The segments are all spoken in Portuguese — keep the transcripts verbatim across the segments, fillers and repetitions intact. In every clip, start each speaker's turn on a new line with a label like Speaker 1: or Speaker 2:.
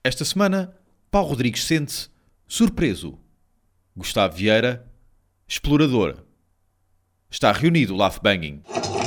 Speaker 1: Esta semana, Paulo Rodrigues sente-se surpreso. Gustavo Vieira, explorador. Está reunido o Laugh Banging.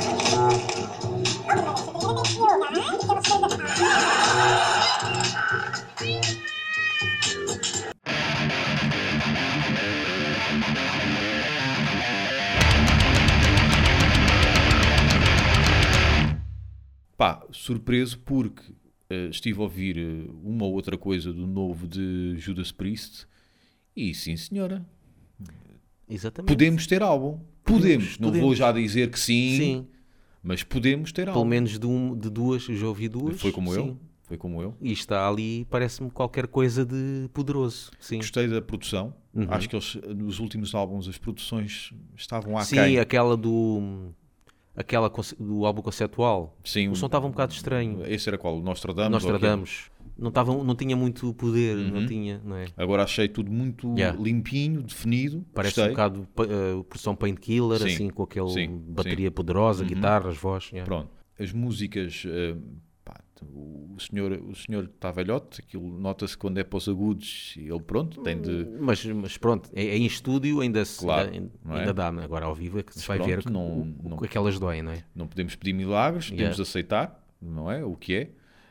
Speaker 1: Pá, surpreso porque uh, estive a ouvir uh, uma ou outra coisa do novo de Judas Priest e sim senhora,
Speaker 2: Exatamente.
Speaker 1: podemos ter álbum. Podemos,
Speaker 2: Podemos,
Speaker 1: não
Speaker 2: podemos.
Speaker 1: vou já dizer que sim,
Speaker 2: Sim.
Speaker 1: mas podemos ter álbum.
Speaker 2: Pelo menos de, um, de duas, eu já ouvi duas.
Speaker 1: Foi como
Speaker 2: sim.
Speaker 1: eu, foi como eu.
Speaker 2: E está ali, parece-me qualquer coisa de poderoso. Sim,
Speaker 1: Gostei da produção.
Speaker 2: Uhum.
Speaker 1: Acho que eles, nos últimos álbuns as produções estavam aquém.
Speaker 2: sim aquela do... Aquela conce- do álbum conceptual.
Speaker 1: Sim,
Speaker 2: O som estava um bocado estranho.
Speaker 1: Esse era qual? O Nostradamus?
Speaker 2: Nós
Speaker 1: ou aquele?
Speaker 2: tradamos. Não, tava, não tinha muito poder, não
Speaker 1: Uhum.
Speaker 2: tinha, não é?
Speaker 1: Agora achei tudo muito
Speaker 2: Yeah.
Speaker 1: limpinho, definido.
Speaker 2: Parece
Speaker 1: Gostei.
Speaker 2: um bocado uh, produção Painkiller,
Speaker 1: Sim,
Speaker 2: assim, com aquele
Speaker 1: sim,
Speaker 2: bateria
Speaker 1: sim.
Speaker 2: poderosa,
Speaker 1: Uhum.
Speaker 2: guitarras, voz. Yeah.
Speaker 1: Pronto. As músicas, eh, pá, o senhor o senhor está velhote, aquilo nota-se quando é para os agudos, e ele pronto, tem de...
Speaker 2: Mas, mas pronto, é, é em estúdio ainda, se,
Speaker 1: Claro,
Speaker 2: ainda,
Speaker 1: não é?
Speaker 2: ainda dá, né? Agora ao vivo é que se vai
Speaker 1: pronto,
Speaker 2: ver que,
Speaker 1: não-
Speaker 2: o,
Speaker 1: não-
Speaker 2: o, que aquelas doem, não é?
Speaker 1: Não podemos pedir milagres,
Speaker 2: Yeah.
Speaker 1: podemos aceitar, não é? O que é.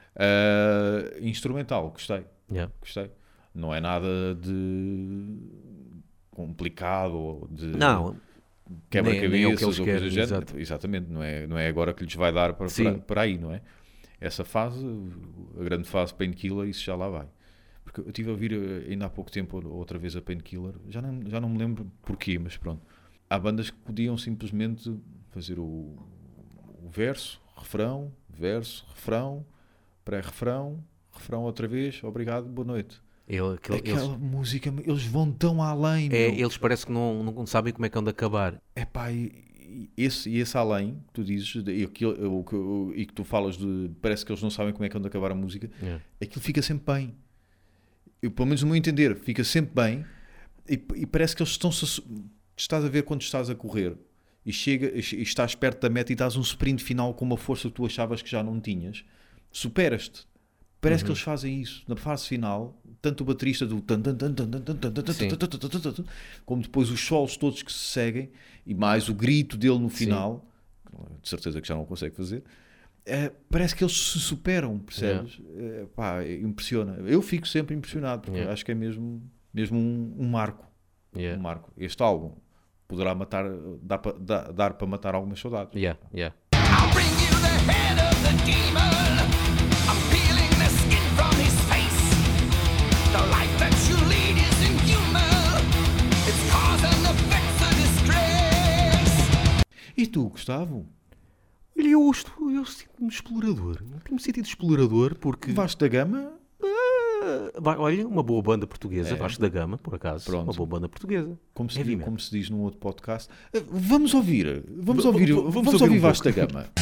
Speaker 1: Ah, instrumental, gostei,
Speaker 2: Yeah.
Speaker 1: gostei. Não é nada de complicado, ou de
Speaker 2: Não, nem- nem é o que
Speaker 1: quebra-cabeças
Speaker 2: eles
Speaker 1: ou coisa
Speaker 2: querem,
Speaker 1: do género.
Speaker 2: exato.
Speaker 1: Exatamente, não é, não é agora que lhes vai dar para,
Speaker 2: Sim.
Speaker 1: para, para aí, não é? Essa fase, a grande fase Painkiller, isso já lá vai. Porque eu estive a ouvir eh, ainda há pouco tempo outra vez a Painkiller, já não, já não me lembro porquê, mas pronto. Há bandas que podiam simplesmente fazer o, o verso, refrão, verso, refrão, pré-refrão, refrão outra vez, obrigado, boa noite.
Speaker 2: ele, aquele-
Speaker 1: Aquela
Speaker 2: eles,
Speaker 1: música, eles vão tão além,
Speaker 2: é,
Speaker 1: meu.
Speaker 2: eles parece que não, não sabem como é que hão de acabar.
Speaker 1: Epá, e, e esse, e esse além, que tu dizes, e, aquilo, o que- o- e que tu falas de, parece que eles não sabem como é que vão de acabar a música,
Speaker 2: Yeah.
Speaker 1: aquilo fica sempre bem. Eu, pelo menos no meu entender, fica sempre bem, e, e parece que eles estão-se a, su- estás a ver quando estás a correr, e, chega, e estás perto da meta e dás um sprint final com uma força que tu achavas que já não tinhas, superas-te. Parece que eles fazem isso na fase final, tanto o baterista do tan, tan, tan, tan, tan, tan, tan, tan, tan,
Speaker 2: Sim.
Speaker 1: tan, tan, tan, tan, tan, como depois os solos todos que se seguem e mais o grito dele no final, de certeza que já não consegue fazer. Eh, parece que eles se superam, percebes? Eh, pá, impressiona. Eu fico sempre impressionado porque
Speaker 2: Yeah.
Speaker 1: acho que é mesmo, mesmo um, um marco.
Speaker 2: Yeah.
Speaker 1: Um marco. Este álbum poderá matar, dá pa- dá- dar para matar algumas saudades.
Speaker 2: Yeah, yeah.
Speaker 3: I'll bring you the head of the demon. I'm peeling the skin from his face. The life that you lead is inhuman. It's cause and effects of distress.
Speaker 1: E tu, Gustavo?
Speaker 2: Olha, eu, estou- eu sinto-me explorador. Eu tenho-me sentido explorador porque...
Speaker 1: Vasco da Gama?
Speaker 2: Ah, vai- olha, uma boa banda portuguesa,
Speaker 1: É.
Speaker 2: Vasco da Gama, por acaso.
Speaker 1: Pronto.
Speaker 2: Uma boa banda portuguesa.
Speaker 1: Como se,
Speaker 2: Heavy
Speaker 1: diz,
Speaker 2: metal.
Speaker 1: como se diz num outro podcast. Eh, Vamos ouvir. Vamos
Speaker 2: V-
Speaker 1: ouvir,
Speaker 2: v-
Speaker 1: vamos
Speaker 2: vamos
Speaker 1: ouvir,
Speaker 2: ouvir um
Speaker 1: Vasco da
Speaker 2: pouco.
Speaker 1: Gama.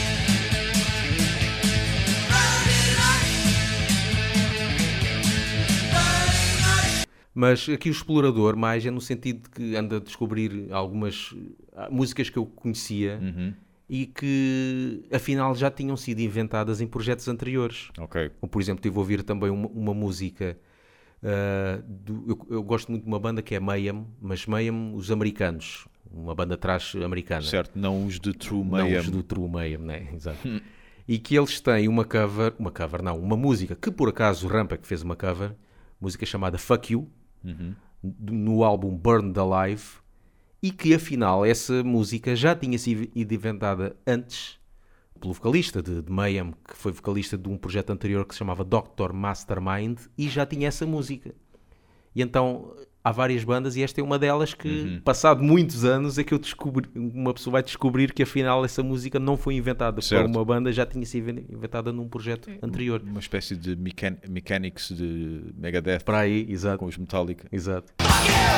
Speaker 2: Mas aqui o explorador mais é no sentido de que anda a descobrir algumas ah, músicas que eu conhecia
Speaker 1: Uhum.
Speaker 2: e que afinal já tinham sido inventadas em projetos anteriores.
Speaker 1: Ok.
Speaker 2: Como, por exemplo, estive a ouvir também uma, uma música, ah, do- eu, eu gosto muito de uma banda que é Mayhem, mas Mayhem, os americanos, uma banda trash americana.
Speaker 1: Certo, não os de True
Speaker 2: Não
Speaker 1: Mayhem.
Speaker 2: os do True Mayhem, né? Exato. E que eles têm uma cover, uma cover não, uma música, que por acaso o Rampa que fez uma cover, música chamada Fuck You,
Speaker 1: Uhum.
Speaker 2: no álbum Burned Alive, e que afinal essa música já tinha sido inventada antes pelo vocalista de, de Mayhem, que foi vocalista de um projeto anterior que se chamava doutor Mastermind, e já tinha essa música. E então há várias bandas e esta é uma delas que,
Speaker 1: Uhum.
Speaker 2: passado muitos anos, é que eu descobri, uma pessoa vai descobrir que afinal essa música não foi inventada
Speaker 1: Certo.
Speaker 2: por uma banda, já tinha sido inventada num projeto anterior.
Speaker 1: Uma espécie de mechan- mechanics de Megadeth
Speaker 2: Para aí, exato.
Speaker 1: com os Metallica.
Speaker 2: Exato.
Speaker 3: Fuck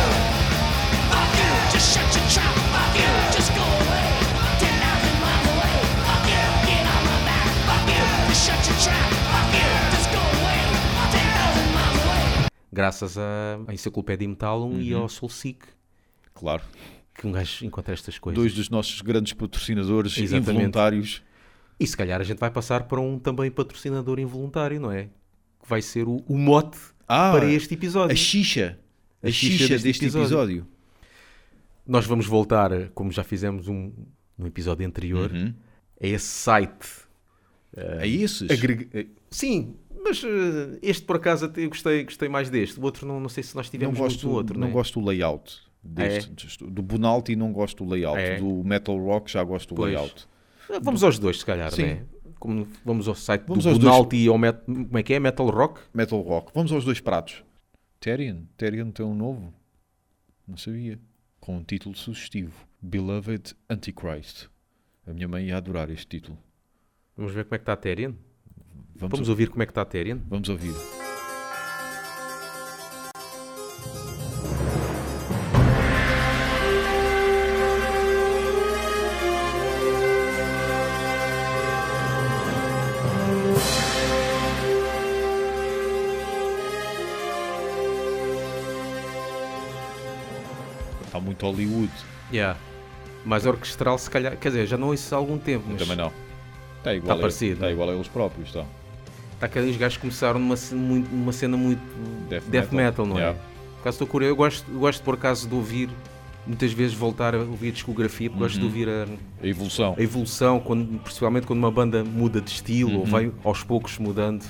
Speaker 3: you, just shut your trap. Fuck you, just go away. ten thousand miles away. Fuck you, get on my back. Fuck you, just shut your trap. Fuck you, just go away. ten thousand miles away.
Speaker 2: Graças à à Enciclopédia Metalum e ao Soulseek,
Speaker 1: Claro.
Speaker 2: que um gajo encontra estas coisas.
Speaker 1: Dois dos nossos grandes patrocinadores
Speaker 2: Exatamente.
Speaker 1: involuntários.
Speaker 2: E se calhar a gente vai passar para um também patrocinador involuntário, não é? que vai ser o, o mote
Speaker 1: Ah,
Speaker 2: para este episódio.
Speaker 1: A xixa. A,
Speaker 2: A
Speaker 1: xixa,
Speaker 2: xixa deste
Speaker 1: deste
Speaker 2: episódio.
Speaker 1: episódio.
Speaker 2: Nós vamos voltar, como já fizemos um, no episódio anterior,
Speaker 1: Uhum.
Speaker 2: a esse site.
Speaker 1: É esses?
Speaker 2: Agrega- Sim, mas eh, este por acaso até eu gostei, gostei mais deste. O outro não, não sei se nós
Speaker 1: Não
Speaker 2: tivemos muito
Speaker 1: gosto,
Speaker 2: no outro,
Speaker 1: não
Speaker 2: né?
Speaker 1: gosto do layout. Deste. Do Bonalti não gosto do layout.
Speaker 2: É.
Speaker 1: Do Metal Rock já gosto do
Speaker 2: Pois.
Speaker 1: layout.
Speaker 2: Vamos aos dois, se calhar,
Speaker 1: Sim.
Speaker 2: né? Como vamos ao site
Speaker 1: Vamos
Speaker 2: do
Speaker 1: aos
Speaker 2: Bonalti e ao Met... Como é que é? Metal Rock?
Speaker 1: Metal Rock. Vamos aos dois pratos. Therion. Therion tem um novo. Não sabia. Com um título sugestivo. Beloved Antichrist. A minha mãe ia adorar este título.
Speaker 2: Vamos ver como é que está a Therion.
Speaker 1: Vamos,
Speaker 2: Vamos
Speaker 1: a-
Speaker 2: ouvir como é que está a Therion.
Speaker 1: vamos ouvir. Está muito Hollywood.
Speaker 2: Yeah. Mais orquestral, se calhar. Quer dizer, já não ouço há algum tempo, mas
Speaker 1: Também não. Está igual,
Speaker 2: Está
Speaker 1: a,
Speaker 2: parecido,
Speaker 1: está
Speaker 2: né?
Speaker 1: igual a eles próprios. Está.
Speaker 2: está que os gajos começaram numa, ce- muito- numa cena muito
Speaker 1: Death
Speaker 2: death metal,
Speaker 1: metal,
Speaker 2: não é?
Speaker 1: yeah.
Speaker 2: Por acaso estou curioso, eu gosto, eu gosto por acaso de ouvir, muitas vezes voltar a ouvir a discografia, porque gosto de
Speaker 1: Uhum.
Speaker 2: ouvir a,
Speaker 1: A evolução.
Speaker 2: a evolução, quando, principalmente quando uma banda muda de estilo
Speaker 1: Uhum.
Speaker 2: ou vai aos poucos mudando.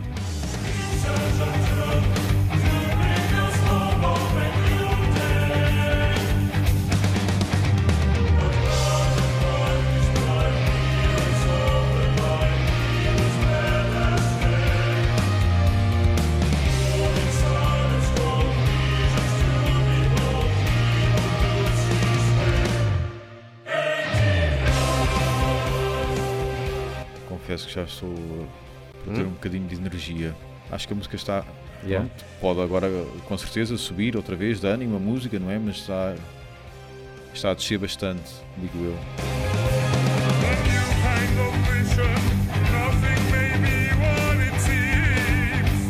Speaker 1: Confesso que já estou a ter
Speaker 2: Hum?
Speaker 1: um bocadinho de energia. Acho que a música está.
Speaker 2: Yeah.
Speaker 1: Pronto, pode agora, com certeza, subir outra vez de ânimo a música, não é? Mas está, está a descer bastante, digo eu.
Speaker 4: A new kind of vision, nothing may be what it seems.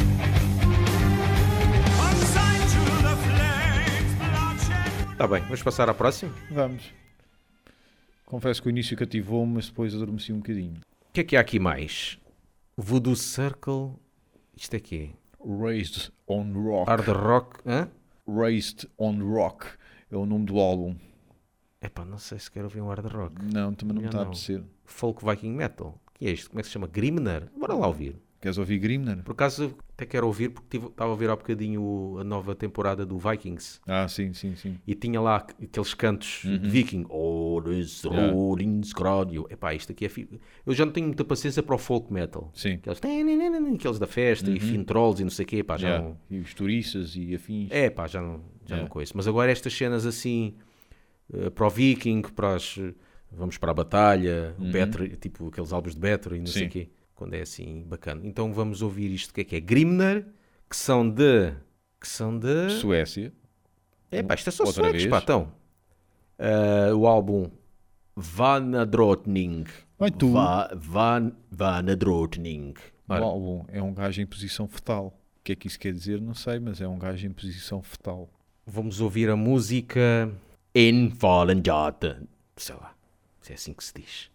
Speaker 4: Unsigned to the flames, bloodshed.
Speaker 2: Está bem, vamos passar à próxima.
Speaker 1: Vamos. Confesso que o início cativou-me, mas depois adormeci um bocadinho.
Speaker 2: O que é que há aqui mais? Voodoo Circle. Isto é quê?
Speaker 1: Raised on Rock.
Speaker 2: Hard Rock. Hã?
Speaker 1: Raised on Rock é o nome do álbum.
Speaker 2: Epá, não sei se quero ouvir um hard rock.
Speaker 1: Não, também não me
Speaker 2: Eu
Speaker 1: está a
Speaker 2: não.
Speaker 1: apetecer.
Speaker 2: Folk Viking Metal. O que é isto? Como é que se chama? Grimner? Bora lá ouvir.
Speaker 1: Queres ouvir Grimner?
Speaker 2: Por acaso até quero ouvir porque tive- estava a ouvir há bocadinho o- a nova temporada do Vikings
Speaker 1: Ah, sim, sim, sim.
Speaker 2: e tinha lá aqu- aqueles cantos de viking. Oh, this
Speaker 1: Uhum. Yeah.
Speaker 2: rolling scrodio. Epá, isto aqui é... Fi... Eu já não tenho muita paciência para o folk metal.
Speaker 1: Sim.
Speaker 2: Aqueles, aqueles da festa e fin trolls e não sei o quê. Pá, já
Speaker 1: Yeah.
Speaker 2: não...
Speaker 1: E os turistas e afins.
Speaker 2: É pá, já não, já
Speaker 1: Yeah.
Speaker 2: não conheço. Mas agora estas cenas assim, eh, para o Viking, para as, vamos para a batalha, o Battery, tipo aqueles álbuns de Battery, não sei
Speaker 1: Sim.
Speaker 2: o quê, quando é assim bacana. Então vamos ouvir isto, o que é que é? Grimner, que são de... Que são de...
Speaker 1: Suécia.
Speaker 2: É pá, isto é só
Speaker 1: Outra
Speaker 2: suecos,
Speaker 1: vez.
Speaker 2: pá, então. Eh, o álbum Vanadrotning.
Speaker 1: Vai tu.
Speaker 2: Va, van, Vanadrotning.
Speaker 1: O
Speaker 2: Ora,
Speaker 1: álbum é um gajo em posição fetal. O que é que isso quer dizer? Não sei, mas é um gajo em posição fetal.
Speaker 2: vamos ouvir a música In Fallen Jota. Sei lá, se é assim que se diz.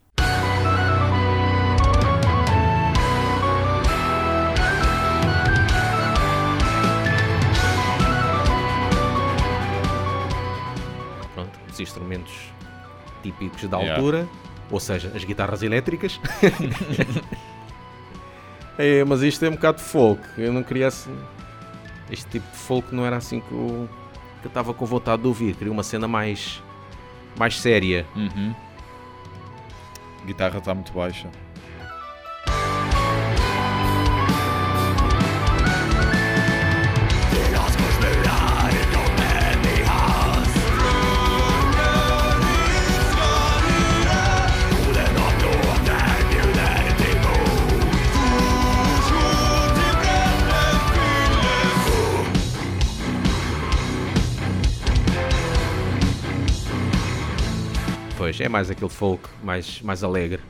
Speaker 2: Pronto, os instrumentos típicos da
Speaker 1: Yeah.
Speaker 2: altura, ou seja, as guitarras elétricas. É, mas isto é um bocado de folk. Eu não queria assim. Este tipo de folk não era assim que eu que eu estava com vontade de ouvir. Queria uma cena mais, mais séria.
Speaker 1: Uhum. A guitarra está muito baixa.
Speaker 2: Pois, é mais aquele folk mais, mais alegre.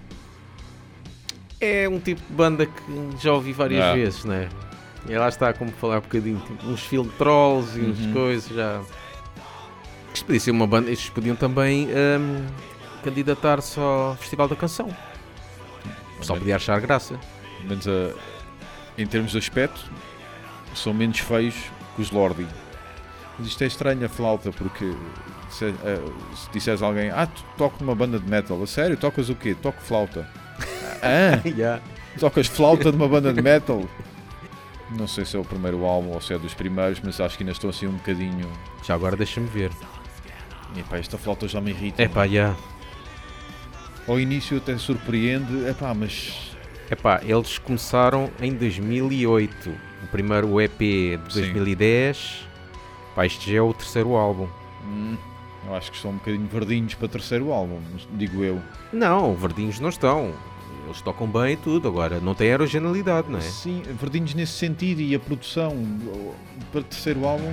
Speaker 2: É um tipo de banda que já ouvi várias
Speaker 1: Ah.
Speaker 2: vezes, né? E lá está, como falar um bocadinho, tipo, uns filmes trolls e umas
Speaker 1: Uhum.
Speaker 2: coisas já. Isto podia ser uma banda, estes podiam também hum, candidatar-se ao Festival da Canção. O pessoal podia achar graça.
Speaker 1: Pelo menos a, em termos de aspecto, são menos feios que os Lordi. Mas isto é estranho, a flauta, porque se, uh, se disseres a alguém, ah, tu toco numa banda de metal, a sério, tocas o quê? Toco flauta. Ah,
Speaker 2: Yeah.
Speaker 1: tocas flauta numa banda de metal? Não sei se é o primeiro álbum ou se é dos primeiros, mas acho que ainda estou assim um bocadinho...
Speaker 2: Já agora deixa-me ver.
Speaker 1: Epá, esta flauta já me irrita.
Speaker 2: Epá, já.
Speaker 1: Ao início até surpreende, epá, mas...
Speaker 2: Epá, eles começaram em dois mil e oito. O primeiro E P de
Speaker 1: Sim.
Speaker 2: dois mil e dez. Pá, este já é o terceiro álbum.
Speaker 1: Hum, eu acho que estão um bocadinho verdinhos para terceiro álbum, digo eu.
Speaker 2: Não, verdinhos não estão. Eles tocam bem e tudo, agora não tem originalidade, não é?
Speaker 1: Sim, verdinhos nesse sentido, e a produção para terceiro álbum...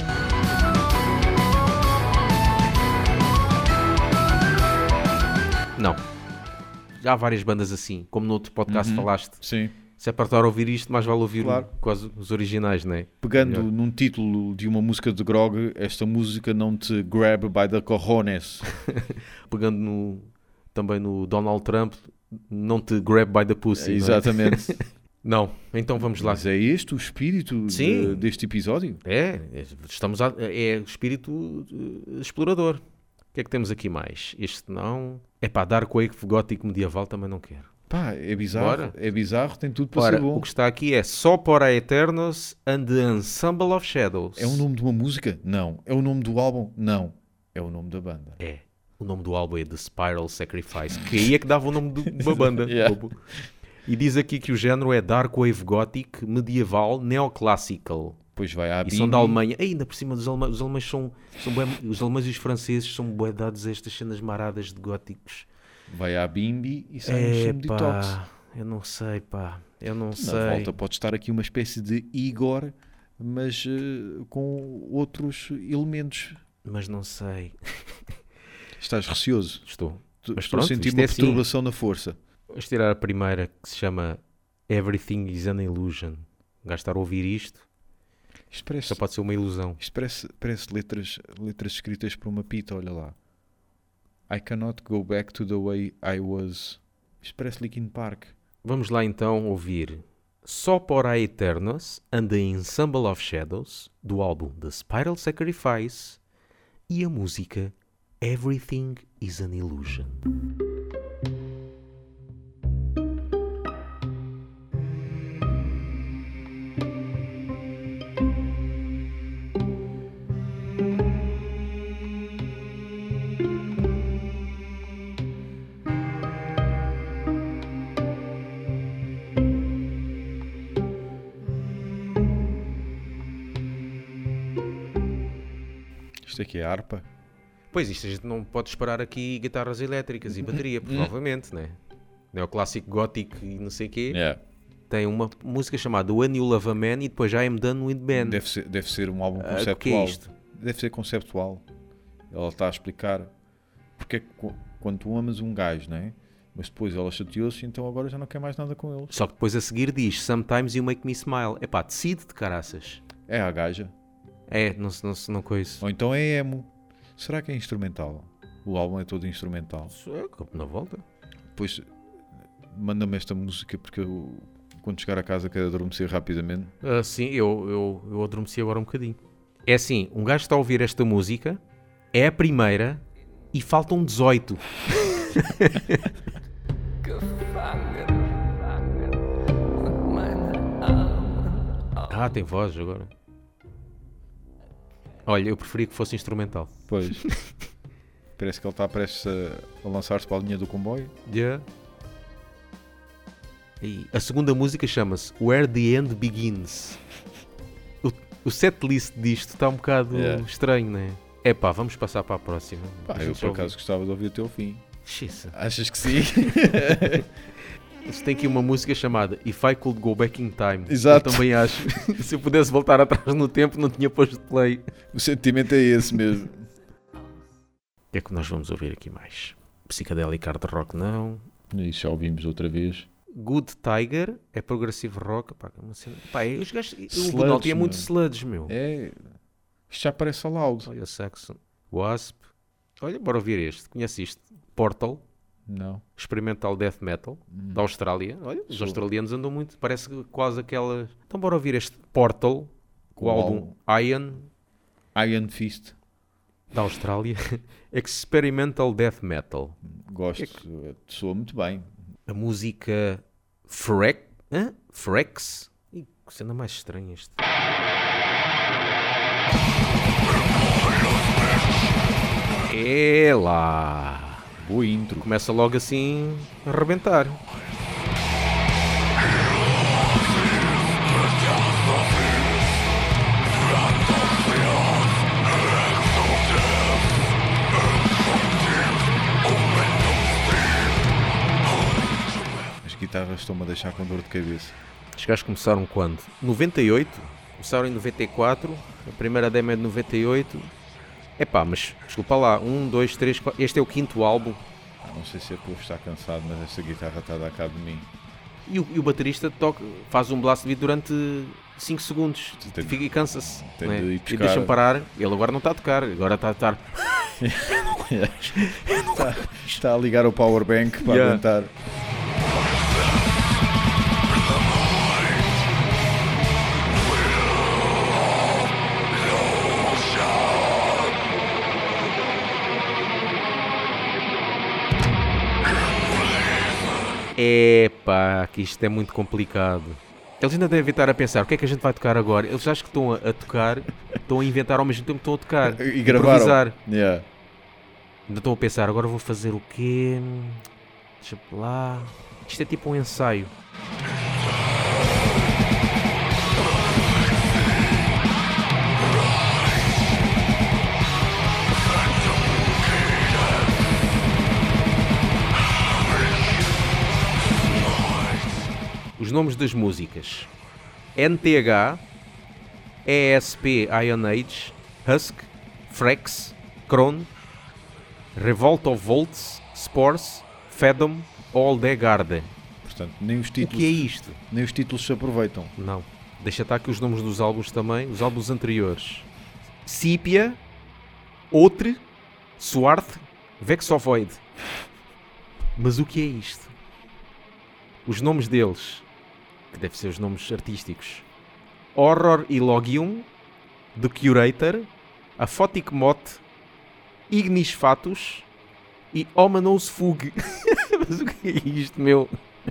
Speaker 2: Não. Já há várias bandas assim, como no outro podcast
Speaker 1: Uhum.
Speaker 2: falaste.
Speaker 1: Sim.
Speaker 2: Se é para estar a ouvir isto, mais vale ouvir
Speaker 1: Claro.
Speaker 2: o- quase os originais, não é?
Speaker 1: Pegando
Speaker 2: Melhor.
Speaker 1: num título de uma música de Grog, esta música não te grab by the cojones.
Speaker 2: Pegando no, também no Donald Trump, não te grab by the pussy, não é?
Speaker 1: Exatamente.
Speaker 2: Não, então vamos lá.
Speaker 1: Mas é este o espírito
Speaker 2: Sim.
Speaker 1: de- deste episódio?
Speaker 2: É, é, estamos a, é espírito eh, explorador. O que é que temos aqui mais? Este não. É pá, Dark Wave gótico medieval também não quero.
Speaker 1: Pá, é bizarro.
Speaker 2: Bora.
Speaker 1: É bizarro, tem tudo para
Speaker 2: Ora,
Speaker 1: ser bom.
Speaker 2: o que está aqui é Só para Eternos and the Ensemble of Shadows.
Speaker 1: É o nome de uma música? Não. É o nome do álbum? Não. É o nome da banda.
Speaker 2: É. O nome do álbum é The Spiral Sacrifice, que aí é que dava o nome de uma banda.
Speaker 1: Yeah.
Speaker 2: bobo. E diz aqui que o género é Dark Wave Gothic, medieval, neoclassical.
Speaker 1: Depois vai à
Speaker 2: E
Speaker 1: Bimbi.
Speaker 2: são da Alemanha. Ainda por cima dos alemães, os alemães são, são bué- os alemães e os franceses são bué dados a estas cenas maradas de góticos.
Speaker 1: Vai à Bimbi e sai um
Speaker 2: É
Speaker 1: som de detox.
Speaker 2: pá, eu não sei, pá, eu não
Speaker 1: Na
Speaker 2: sei.
Speaker 1: volta pode estar aqui uma espécie de Igor, mas eh, com outros elementos.
Speaker 2: Mas não sei.
Speaker 1: Estás receoso?
Speaker 2: Estou.
Speaker 1: Tu-
Speaker 2: Mas
Speaker 1: Estou
Speaker 2: pronto,
Speaker 1: a sentir
Speaker 2: isto
Speaker 1: uma
Speaker 2: é assim.
Speaker 1: perturbação na força.
Speaker 2: Vamos tirar a primeira que se chama Everything is an Illusion. Um gajo estar a ouvir isto,
Speaker 1: Isto parece,
Speaker 2: só pode ser uma ilusão.
Speaker 1: isto parece, parece letras, letras escritas por uma pita, olha lá. I cannot go back to the way I was. Isto parece Linkin Park.
Speaker 2: Vamos lá então ouvir Só para Eternos and the Ensemble of Shadows, do álbum The Spiral Sacrifice, e a música Everything is an Illusion.
Speaker 1: Isto aqui é harpa.
Speaker 2: Pois isto a gente não pode esperar aqui guitarras elétricas e bateria, provavelmente, né? Neoclássico gótico e não sei o quê.
Speaker 1: Yeah.
Speaker 2: Tem uma música chamada When You Love a Man e depois I Am Done with Men.
Speaker 1: Deve ser, deve ser um álbum
Speaker 2: Ah, o que é
Speaker 1: conceptual.
Speaker 2: isto?
Speaker 1: Deve ser conceptual. Ela está a explicar porque é que qu- quando tu amas um gajo, não é? Mas depois ela chateou-se, então agora já não quer mais nada com ele.
Speaker 2: Só que depois a seguir diz Sometimes You Make Me Smile. Epá, decide de caraças.
Speaker 1: É a gaja.
Speaker 2: É, não se não, se- não coisa.
Speaker 1: Ou então é emo. Será que é instrumental? O álbum é todo instrumental.
Speaker 2: É, na volta.
Speaker 1: Depois manda-me esta música porque eu, quando chegar a casa, quero adormecer rapidamente.
Speaker 2: Ah, sim, eu, eu, eu adormeci agora um bocadinho. É assim, um gajo está a ouvir esta música, é a primeira e faltam dezoito. Ah, tem voz agora. Olha, eu preferia que fosse instrumental.
Speaker 1: Pois. Parece que ele está prestes a, a lançar-se para a linha do comboio.
Speaker 2: Yeah. E a segunda música chama-se Where the End Begins. O, o setlist disto está um bocado
Speaker 1: Yeah.
Speaker 2: estranho, não é? É pá, vamos passar para a próxima.
Speaker 1: Pá,
Speaker 2: A
Speaker 1: eu
Speaker 2: gente
Speaker 1: por
Speaker 2: já
Speaker 1: acaso gostava de ouvir até ao fim.
Speaker 2: ouviu. Xiça.
Speaker 1: Achas que sim?
Speaker 2: Isto tem aqui uma música chamada If I Could Go Back in Time.
Speaker 1: Exato.
Speaker 2: Eu também acho. Se eu pudesse voltar atrás no tempo, não tinha posto play.
Speaker 1: O sentimento é esse mesmo.
Speaker 2: O que é que nós vamos ouvir aqui mais? Psicadélico hard rock, não.
Speaker 1: Isso já ouvimos outra vez.
Speaker 2: Good Tiger é progressive rock. Pá, é uma cena... Pá, os gajos... O
Speaker 1: Sludge,
Speaker 2: Bunalti tinha muito
Speaker 1: mano.
Speaker 2: sludge, meu.
Speaker 1: É. Isto já parece a loud.
Speaker 2: Olha, Saxon. Wasp. Olha, bora ouvir este. Conhece isto? Portal.
Speaker 1: Não.
Speaker 2: Experimental Death Metal, da Austrália. Olha, os
Speaker 1: Sou-
Speaker 2: australianos andam muito, parece que quase aquela... Então bora ouvir este Portal, com o
Speaker 1: O
Speaker 2: álbum Iron,
Speaker 1: Iron Fist.
Speaker 2: da Austrália. Experimental Death Metal.
Speaker 1: Gosto. Soa muito bem.
Speaker 2: A música Frex... Hã? Frex? Ih, que cena mais estranha este. É lá.
Speaker 1: Boa intro.
Speaker 2: Começa logo assim a arrebentar.
Speaker 1: As guitarras estão-me a deixar com dor de cabeça.
Speaker 2: Os gajos começaram quando? noventa e oito? Começaram em noventa e quatro. A primeira demo é de noventa e oito. Epá, mas desculpa lá. Um, dois, três, quatro. Este é o quinto álbum.
Speaker 1: Não sei se é por estar cansado, mas esta guitarra está a dar cá de mim.
Speaker 2: E o, e o baterista toca, faz um blast beat durante cinco segundos.
Speaker 1: Tem-
Speaker 2: Fica e cansa-se.
Speaker 1: tem
Speaker 2: não é?
Speaker 1: de ir
Speaker 2: E
Speaker 1: buscar.
Speaker 2: deixa-me parar. Ele agora não está a tocar. Agora está a estar...
Speaker 1: Está, está a ligar o powerbank para
Speaker 2: Yeah.
Speaker 1: aguentar.
Speaker 2: Epá, que isto é muito complicado. Eles ainda devem estar a pensar, o que é que a gente vai tocar agora? Eles acham que estão a, a tocar, estão a inventar ao mesmo tempo que estão a tocar.
Speaker 1: E
Speaker 2: a
Speaker 1: gravaram.
Speaker 2: improvisar.
Speaker 1: Yeah.
Speaker 2: Ainda estão a pensar, agora vou fazer o quê? Deixa lá. Isto é tipo um ensaio. Os nomes das músicas: N T H, E S P Iron Age, Husk, Frex, Kron, Revolt of Volts, Spores, Fedom, All the Garde.
Speaker 1: Portanto, nem os
Speaker 2: O
Speaker 1: títulos,
Speaker 2: que é isto?
Speaker 1: nem os títulos se aproveitam.
Speaker 2: Não. Deixa estar aqui os nomes dos álbuns também, os álbuns anteriores. Sípia, Outre, Swart, Vexovoid. Mas o que é isto? Os nomes deles, que devem ser os nomes artísticos: Horror Illogium, The Curator, Aphotic Mot, Ignis Fatus e Ominous Fug. Mas o que é isto, meu?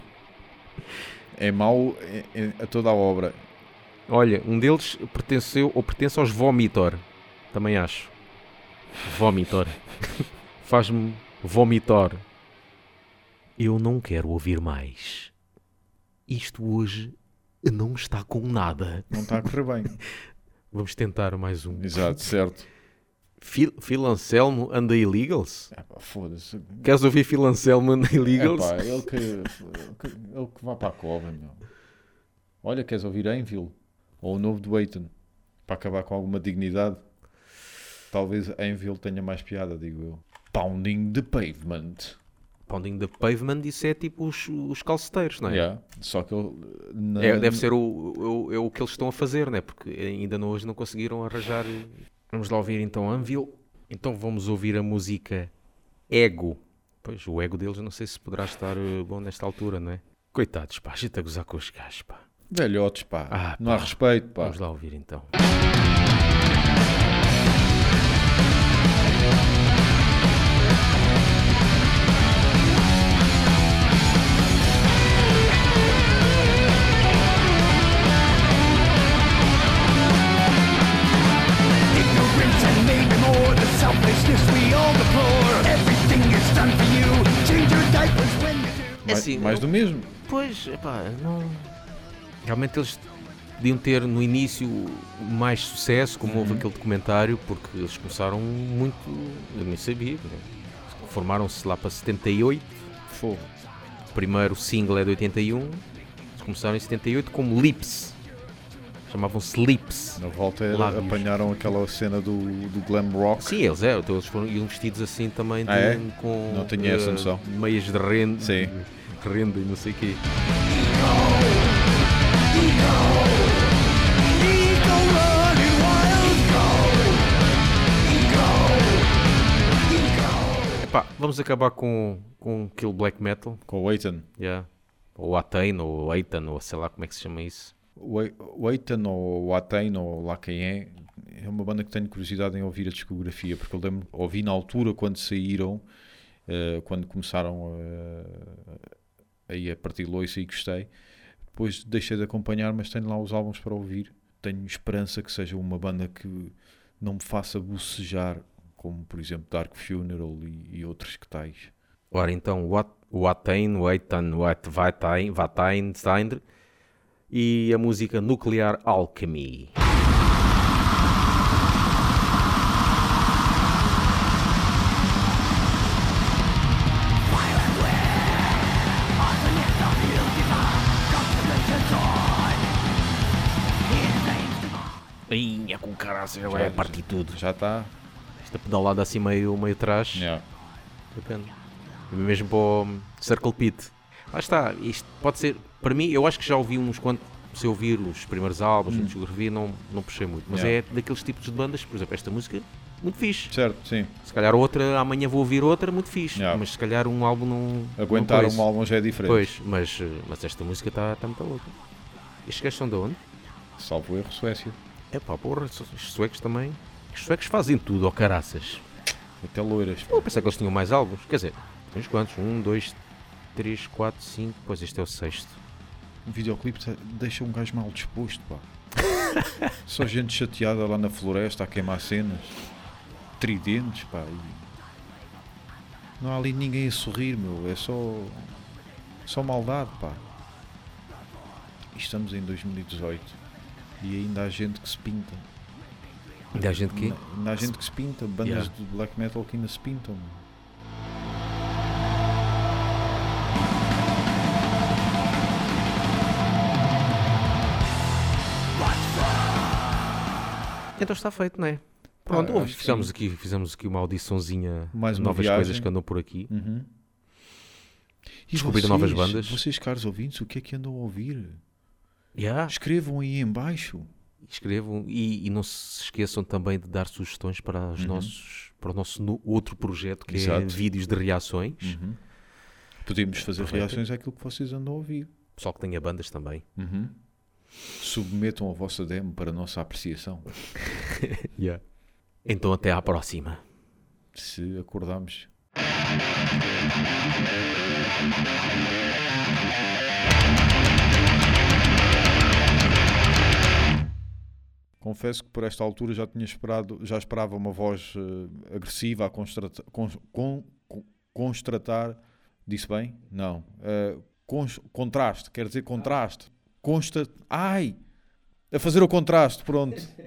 Speaker 1: É mau é- é- a toda a obra.
Speaker 2: Olha, um deles pertenceu ou pertence aos Vomitor. Também acho. Vomitor. Faz-me vomitor. Eu não quero ouvir mais. Isto hoje não está com nada.
Speaker 1: Não está a correr bem.
Speaker 2: Vamos tentar mais um.
Speaker 1: Exato, certo.
Speaker 2: Phil, Phil Anselmo and the Illegals?
Speaker 1: É pá, foda-se.
Speaker 2: Queres ouvir Phil Anselmo and the
Speaker 1: É
Speaker 2: Illegals?
Speaker 1: pá, ele que, ele que vai para a cova, meu. Olha, queres ouvir Anvil? Ou o novo do Eitan? Para acabar com alguma dignidade? Talvez Anvil tenha mais piada, digo eu. Pounding the Pavement.
Speaker 2: Pounding the Pavement, isso é tipo os, os calceteiros, não é?
Speaker 1: Yeah. Só que ele... na-
Speaker 2: É, deve ser o, o, é o que eles estão a fazer, né? Porque ainda não, hoje não conseguiram arranjar. Vamos lá ouvir então Anvil. Então vamos ouvir a música Ego. Pois, o ego deles não sei se poderá estar eh, bom nesta altura, não é? Coitados, pá, a gente a gozar com os gajos, pá.
Speaker 1: Velhotes, pá.
Speaker 2: Ah,
Speaker 1: não há
Speaker 2: pá.
Speaker 1: respeito, pá.
Speaker 2: Vamos lá ouvir então.
Speaker 3: Ignorance and maybe more, the selfishness we all deplore. Everything is done for you. Change your diapers when you do.
Speaker 1: Mais,
Speaker 2: assim,
Speaker 1: mais
Speaker 2: eu-
Speaker 1: do mesmo.
Speaker 2: Pois, epá, não... Realmente eles podiam ter no início mais sucesso, como houve aquele documentário, porque eles começaram muito... Eu nem sabia. Né? Formaram-se lá para setenta e oito.
Speaker 1: Fogo.
Speaker 2: O primeiro single é de oitenta e um. Eles começaram em setenta e oito como Lips. Chamavam-se Lips.
Speaker 1: Na volta era-
Speaker 2: Lábios.
Speaker 1: apanharam aquela cena do, do glam rock.
Speaker 2: Sim, eles, é, então eles foram iam vestidos assim também de-
Speaker 1: Ah, é?
Speaker 2: com
Speaker 1: Não tinha essa
Speaker 2: eh,
Speaker 1: noção.
Speaker 2: meias de renda,
Speaker 1: Sim.
Speaker 2: renda e não sei o quê.
Speaker 3: Ego running wild.
Speaker 2: Epá, vamos acabar com, com aquele black metal.
Speaker 1: Com o Eitan.
Speaker 2: Yeah. Ou Atane, ou Eitan, ou sei lá como é que se chama isso.
Speaker 1: O Ei- o Eitan ou o Atane, ou lá quem é, é uma banda que tenho curiosidade em ouvir a discografia, porque eu lembro, ouvi na altura quando saíram, eh, quando começaram a, a ir a partir de loiça e gostei. Depois deixei de acompanhar, mas tenho lá os álbuns para ouvir. Tenho esperança que seja uma banda que não me faça bocejar, como por exemplo Dark Funeral e, e outros que tais.
Speaker 2: Ora então, o At- o Atane, o Eitan, o At- Vatain, Vatain, Steindr, e a música Nuclear Alchemy. Ih, é com caraças, já vai partir tudo.
Speaker 1: Já está.
Speaker 2: Esta pedalada assim meio, meio atrás.
Speaker 1: Yeah.
Speaker 2: Depende. E mesmo para o Circle Pit. Lá está, isto pode ser. Para mim, eu acho que já ouvi uns quantos. Se eu ouvir os primeiros álbuns, a discografia, não, não puxei muito. Mas
Speaker 1: Yeah.
Speaker 2: é daqueles tipos de bandas, por exemplo, esta música, muito fixe.
Speaker 1: Certo, sim.
Speaker 2: Se calhar outra, amanhã vou ouvir outra, muito fixe.
Speaker 1: Yeah.
Speaker 2: Mas se calhar um álbum não.
Speaker 1: Aguentar
Speaker 2: não coisa.
Speaker 1: um álbum já é diferente.
Speaker 2: Pois, mas, eh, mas esta música está tá muito louca. Estes gajos são de onde?
Speaker 1: Salvo erro, Suécia.
Speaker 2: É pá, porra, os suecos também. Os suecos fazem tudo, ó caraças.
Speaker 1: Até loiras.
Speaker 2: Eu pensei que eles tinham mais álbuns. Quer dizer, tem uns quantos? Um, dois, três, quatro, cinco. Pois este é o sexto.
Speaker 1: O videoclipe te- deixa um gajo mal disposto, pá. Só gente chateada lá na floresta a queimar cenas. Tridentes, pá. E não há ali ninguém a sorrir, meu. É só. Só maldade, pá. E estamos em dois mil e dezoito. E ainda há gente que se pinta.
Speaker 2: Ainda há gente que.
Speaker 1: Ainda- Ainda há gente que se pinta. Bandas
Speaker 2: Yeah.
Speaker 1: de black metal que ainda se pintam.
Speaker 2: Então está feito, não é? Pronto,
Speaker 1: Ah,
Speaker 2: ouve,
Speaker 1: acho que
Speaker 2: fizemos,
Speaker 1: sim.
Speaker 2: aqui, fizemos aqui uma audiçãozinha
Speaker 1: Mais
Speaker 2: de
Speaker 1: uma
Speaker 2: novas
Speaker 1: viagem.
Speaker 2: coisas que andam por aqui.
Speaker 1: Uhum. E
Speaker 2: Descobrir novas bandas.
Speaker 1: Vocês, caros ouvintes, o que é que andam a ouvir?
Speaker 2: Yeah.
Speaker 1: Escrevam aí em baixo.
Speaker 2: Escrevam e, e não se esqueçam também de dar sugestões para, os nossos, para o nosso no- outro projeto que é
Speaker 1: Exato.
Speaker 2: vídeos de reações.
Speaker 1: Uhum. Podemos fazer
Speaker 2: Aproveitem.
Speaker 1: reações àquilo que vocês andam a ouvir.
Speaker 2: Pessoal que tenha bandas também.
Speaker 1: Uhum. Submetam a vossa demo para a nossa apreciação.
Speaker 2: Então até à próxima.
Speaker 1: Se acordarmos. Confesso que por esta altura já tinha esperado, já esperava uma voz eh, agressiva a constrata, con, con, con, constratar. Disse bem? Não. Eh, cons- contraste, quer dizer contraste. Consta. Ai! A fazer o contraste, pronto.